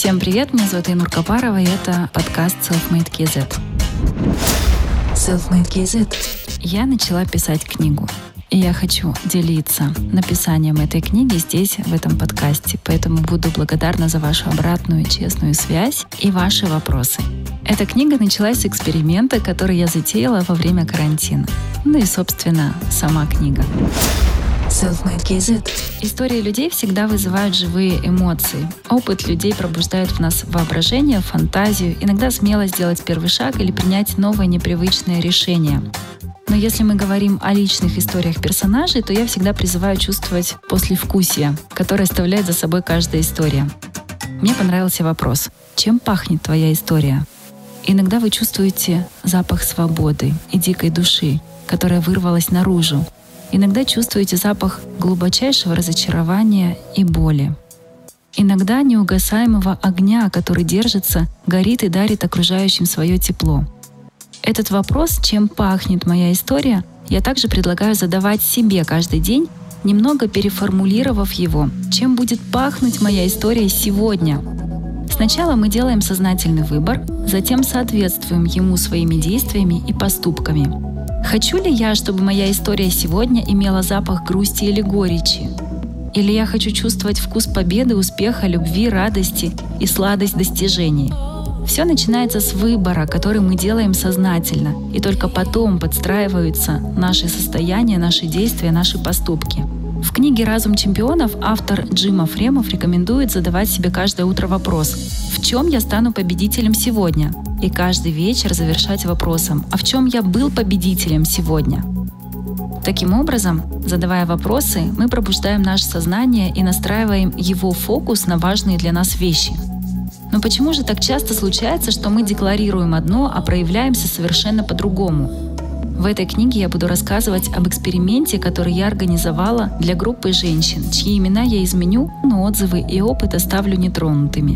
Всем привет, меня зовут Айнур Капарова, и это подкаст Self-Made KZ. Self-Made KZ. Я начала писать книгу, и я хочу делиться написанием этой книги здесь, в этом подкасте, поэтому буду благодарна за вашу обратную честную связь и ваши вопросы. Эта книга началась с эксперимента, который я затеяла во время карантина. Ну и, собственно, сама книга. Self-Made KZ. Истории людей всегда вызывают живые эмоции. Опыт людей пробуждает в нас воображение, фантазию, иногда смелость сделать первый шаг или принять новое непривычное решение. Но если мы говорим о личных историях персонажей, то я всегда призываю чувствовать послевкусие, которое оставляет за собой каждая история. Мне понравился вопрос: чем пахнет твоя история? Иногда вы чувствуете запах свободы и дикой души, которая вырвалась наружу. Иногда чувствуете запах глубочайшего разочарования и боли. Иногда неугасаемого огня, который держится, горит и дарит окружающим свое тепло. Этот вопрос, чем пахнет моя история, я также предлагаю задавать себе каждый день, немного переформулировав его, чем будет пахнуть моя история сегодня. Сначала мы делаем сознательный выбор, затем соответствуем ему своими действиями и поступками. Хочу ли я, чтобы моя история сегодня имела запах грусти или горечи? Или я хочу чувствовать вкус победы, успеха, любви, радости и сладость достижений? Все начинается с выбора, который мы делаем сознательно, и только потом подстраиваются наши состояния, наши действия, наши поступки. В книге «Разум чемпионов» автор Джим Афремов рекомендует задавать себе каждое утро вопрос: «В чем я стану победителем сегодня?» И каждый вечер завершать вопросом: «А в чем я был победителем сегодня?» Таким образом, задавая вопросы, мы пробуждаем наше сознание и настраиваем его фокус на важные для нас вещи. Но почему же так часто случается, что мы декларируем одно, а проявляемся совершенно по-другому? В этой книге я буду рассказывать об эксперименте, который я организовала для группы женщин, чьи имена я изменю, но отзывы и опыт оставлю нетронутыми.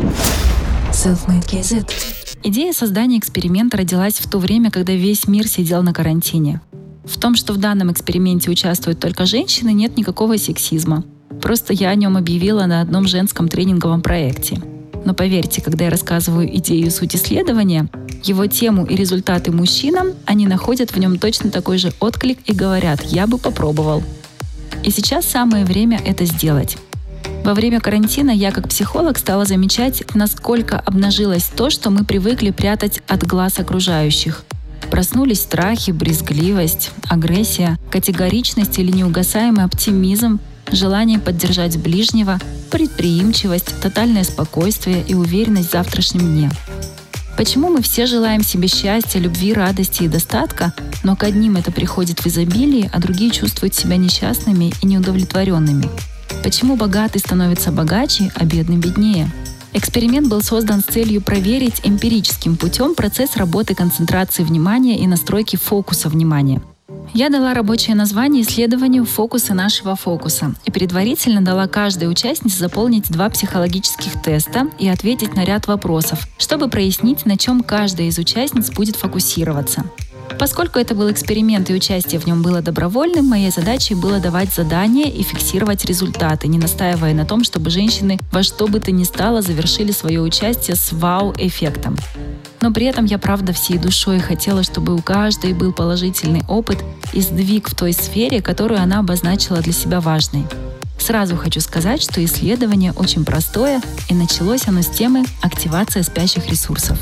Self-Made KZ. Идея создания эксперимента родилась в то время, когда весь мир сидел на карантине. В том, что в данном эксперименте участвуют только женщины, нет никакого сексизма. Просто я о нем объявила на одном женском тренинговом проекте. Но поверьте, когда я рассказываю идею и суть исследования, его тему и результаты мужчинам, они находят в нем точно такой же отклик и говорят: «Я бы попробовал». И сейчас самое время это сделать. Во время карантина я как психолог стала замечать, насколько обнажилось то, что мы привыкли прятать от глаз окружающих. Проснулись страхи, брезгливость, агрессия, категоричность или неугасаемый оптимизм, желание поддержать ближнего, предприимчивость, тотальное спокойствие и уверенность в завтрашнем дне. Почему мы все желаем себе счастья, любви, радости и достатка, но к одним это приходит в изобилии, а другие чувствуют себя несчастными и неудовлетворенными? Почему богатый становится богаче, а бедный беднее? Эксперимент был создан с целью проверить эмпирическим путем процесс работы концентрации внимания и настройки фокуса внимания. Я дала рабочее название исследованию «Фокусы нашего фокуса» и предварительно дала каждой участнице заполнить 2 психологических теста и ответить на ряд вопросов, чтобы прояснить, на чем каждая из участниц будет фокусироваться. Поскольку это был эксперимент и участие в нем было добровольным, моей задачей было давать задания и фиксировать результаты, не настаивая на том, чтобы женщины во что бы то ни стало завершили свое участие с вау-эффектом. Но при этом я правда всей душой хотела, чтобы у каждой был положительный опыт и сдвиг в той сфере, которую она обозначила для себя важной. Сразу хочу сказать, что исследование очень простое, и началось оно с темы «Активация спящих ресурсов».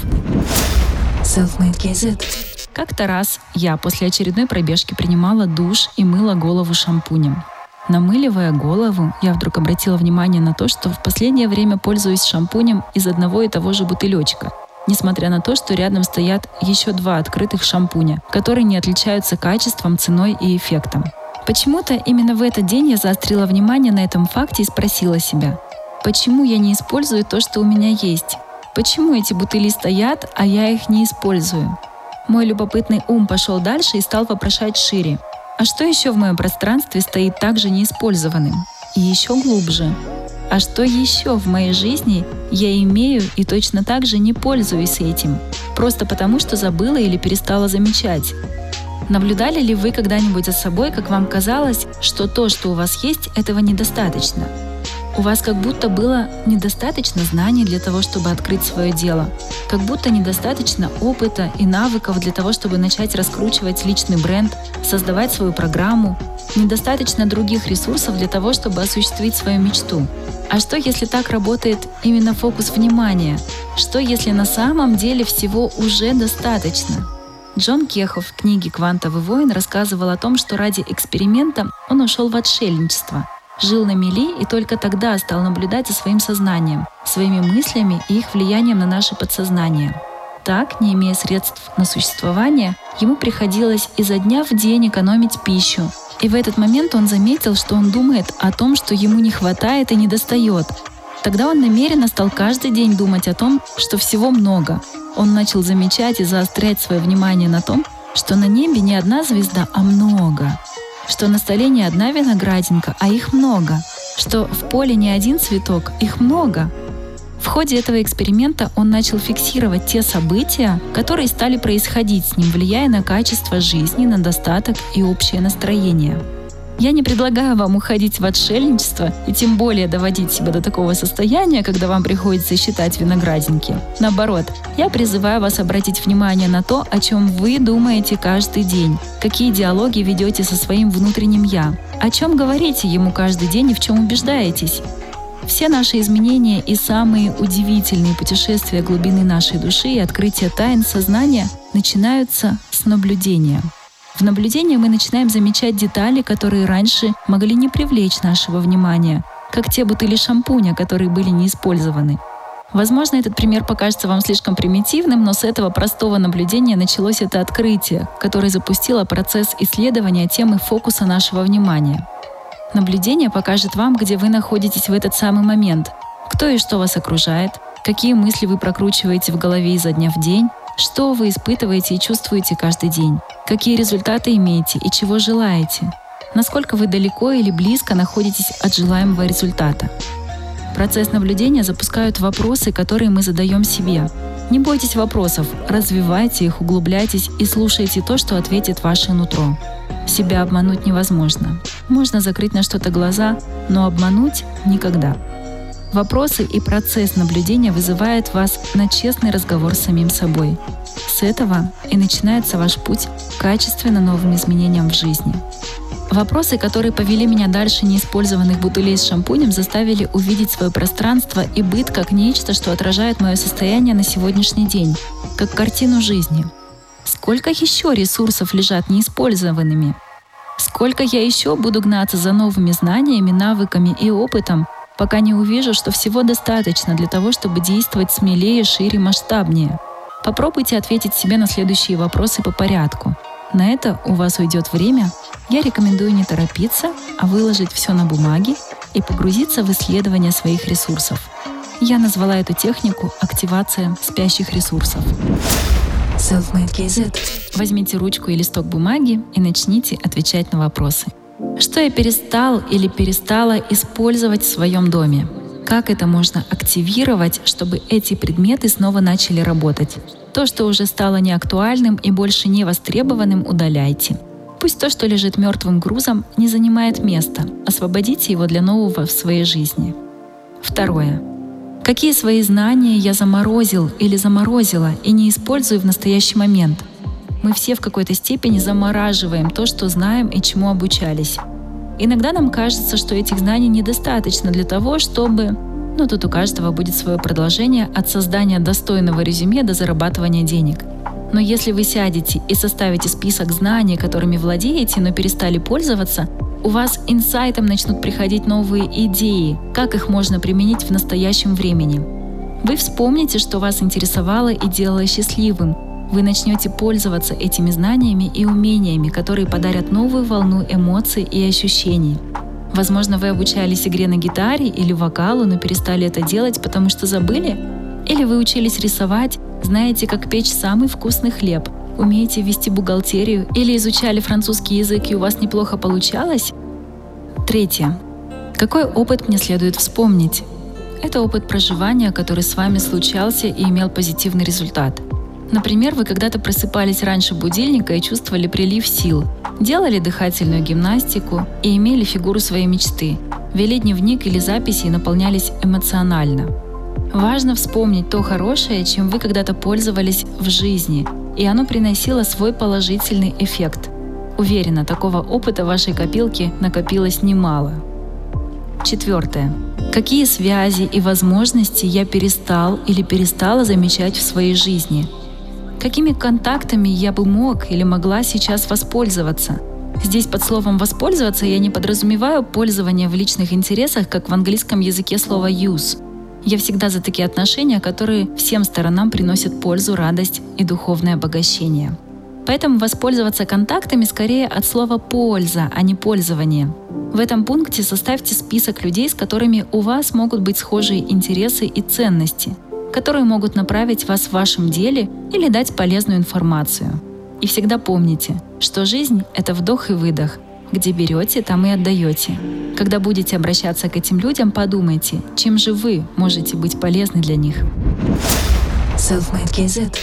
Self-Made KZ. Как-то раз я после очередной пробежки принимала душ и мыла голову шампунем. Намыливая голову, я вдруг обратила внимание на то, что в последнее время пользуюсь шампунем из одного и того же бутылечка, несмотря на то, что рядом стоят еще 2 открытых шампуня, которые не отличаются качеством, ценой и эффектом. Почему-то именно в этот день я заострила внимание на этом факте и спросила себя: почему я не использую то, что у меня есть? Почему эти бутыли стоят, а я их не использую? Мой любопытный ум пошел дальше и стал вопрошать шире: а что еще в моем пространстве стоит также неиспользованным? И еще глубже: а что еще в моей жизни я имею и точно так же не пользуюсь этим, просто потому что забыла или перестала замечать? Наблюдали ли вы когда-нибудь за собой, как вам казалось, что то, что у вас есть, этого недостаточно? У вас как будто было недостаточно знаний для того, чтобы открыть свое дело. Как будто недостаточно опыта и навыков для того, чтобы начать раскручивать личный бренд, создавать свою программу. Недостаточно других ресурсов для того, чтобы осуществить свою мечту. А что, если так работает именно фокус внимания? Что, если на самом деле всего уже достаточно? Джон Кехов в книге «Квантовый воин» рассказывал о том, что ради эксперимента он ушел в отшельничество, жил на мели и только тогда стал наблюдать за своим сознанием, своими мыслями и их влиянием на наше подсознание. Так, не имея средств на существование, ему приходилось изо дня в день экономить пищу. И в этот момент он заметил, что он думает о том, что ему не хватает и недостает. Тогда он намеренно стал каждый день думать о том, что всего много. Он начал замечать и заострять свое внимание на том, что на небе не одна звезда, а много. Что на столе не одна виноградинка, а их много. Что в поле не один цветок, их много. В ходе этого эксперимента он начал фиксировать те события, которые стали происходить с ним, влияя на качество жизни, на достаток и общее настроение. Я не предлагаю вам уходить в отшельничество и тем более доводить себя до такого состояния, когда вам приходится считать виноградинки. Наоборот, я призываю вас обратить внимание на то, о чем вы думаете каждый день, какие диалоги ведете со своим внутренним «я», о чем говорите ему каждый день и в чем убеждаетесь. Все наши изменения и самые удивительные путешествия глубины нашей души и открытия тайн сознания начинаются с наблюдения. В наблюдении мы начинаем замечать детали, которые раньше могли не привлечь нашего внимания, как те бутыли шампуня, которые были не использованы. Возможно, этот пример покажется вам слишком примитивным, но с этого простого наблюдения началось это открытие, которое запустило процесс исследования темы фокуса нашего внимания. Наблюдение покажет вам, где вы находитесь в этот самый момент, кто и что вас окружает, какие мысли вы прокручиваете в голове изо дня в день, что вы испытываете и чувствуете каждый день, какие результаты имеете и чего желаете, насколько вы далеко или близко находитесь от желаемого результата. Процесс наблюдения запускают вопросы, которые мы задаем себе. Не бойтесь вопросов, развивайте их, углубляйтесь и слушайте то, что ответит ваше нутро. Себя обмануть невозможно. Можно закрыть на что-то глаза, но обмануть никогда. Вопросы и процесс наблюдения вызывают вас на честный разговор с самим собой. С этого и начинается ваш путь к качественно новым изменениям в жизни. Вопросы, которые повели меня дальше неиспользованных бутылей с шампунем, заставили увидеть свое пространство и быт как нечто, что отражает мое состояние на сегодняшний день, как картину жизни. Сколько еще ресурсов лежат неиспользованными? Сколько я еще буду гнаться за новыми знаниями, навыками и опытом, пока не увижу, что всего достаточно для того, чтобы действовать смелее, шире, масштабнее? Попробуйте ответить себе на следующие вопросы по порядку. На это у вас уйдет время. Я рекомендую не торопиться, а выложить все на бумаге и погрузиться в исследование своих ресурсов. Я назвала эту технику «активация спящих ресурсов». Selfmade.kz. Возьмите ручку и листок бумаги и начните отвечать на вопросы. Что я перестал или перестала использовать в своем доме? Как это можно активировать, чтобы эти предметы снова начали работать? То, что уже стало неактуальным и больше не востребованным, удаляйте. Пусть то, что лежит мертвым грузом, не занимает места. Освободите его для нового в своей жизни. Второе. Какие свои знания я заморозил или заморозила и не использую в настоящий момент? Мы все в какой-то степени замораживаем то, что знаем и чему обучались. Иногда нам кажется, что этих знаний недостаточно для того, чтобы... тут у каждого будет свое продолжение от создания достойного резюме до зарабатывания денег. Но если вы сядете и составите список знаний, которыми владеете, но перестали пользоваться, у вас инсайтом начнут приходить новые идеи, как их можно применить в настоящем времени. Вы вспомните, что вас интересовало и делало счастливым. Вы начнете пользоваться этими знаниями и умениями, которые подарят новую волну эмоций и ощущений. Возможно, вы обучались игре на гитаре или вокалу, но перестали это делать, потому что забыли? Или вы учились рисовать, знаете, как печь самый вкусный хлеб, умеете вести бухгалтерию или изучали французский язык и у вас неплохо получалось? Третье. Какой опыт мне следует вспомнить? Это опыт проживания, который с вами случался и имел позитивный результат. Например, вы когда-то просыпались раньше будильника и чувствовали прилив сил, делали дыхательную гимнастику и имели фигуру своей мечты. вели дневник или записи и наполнялись эмоционально. Важно вспомнить то хорошее, чем вы когда-то пользовались в жизни, и оно приносило свой положительный эффект. Уверена, такого опыта в вашей копилке накопилось немало. 4. Какие связи и возможности я перестал или перестала замечать в своей жизни? Какими контактами я бы мог или могла сейчас воспользоваться? Здесь под словом «воспользоваться» я не подразумеваю пользование в личных интересах, как в английском языке слово «use». Я всегда за такие отношения, которые всем сторонам приносят пользу, радость и духовное обогащение. Поэтому воспользоваться контактами скорее от слова «польза», а не «пользование». В этом пункте составьте список людей, с которыми у вас могут быть схожие интересы и ценности, которые могут направить вас в вашем деле или дать полезную информацию. И всегда помните, что жизнь — это вдох и выдох. Где берете, там и отдаете. Когда будете обращаться к этим людям, подумайте, чем же вы можете быть полезны для них. Selfmade KZ.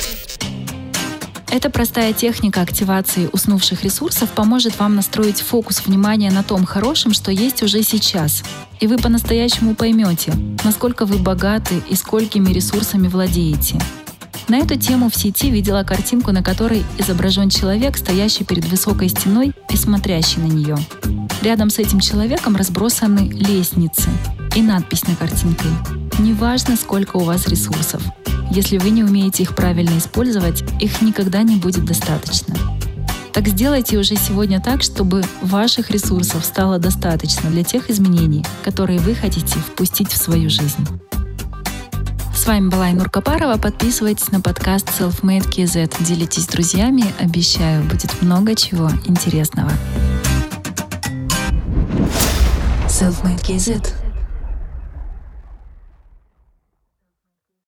Эта простая техника активации уснувших ресурсов поможет вам настроить фокус внимания на том хорошем, что есть уже сейчас. И вы по-настоящему поймете, насколько вы богаты и сколькими ресурсами владеете. На эту тему в сети видела картинку, на которой изображен человек, стоящий перед высокой стеной и смотрящий на нее. Рядом с этим человеком разбросаны лестницы и надпись на картинке: «Неважно, сколько у вас ресурсов. Если вы не умеете их правильно использовать, их никогда не будет достаточно». Так сделайте уже сегодня так, чтобы ваших ресурсов стало достаточно для тех изменений, которые вы хотите впустить в свою жизнь. С вами была Айнур Капарова. Подписывайтесь на подкаст Selfmade KZ. Делитесь с друзьями. Обещаю, будет много чего интересного. Selfmade KZ.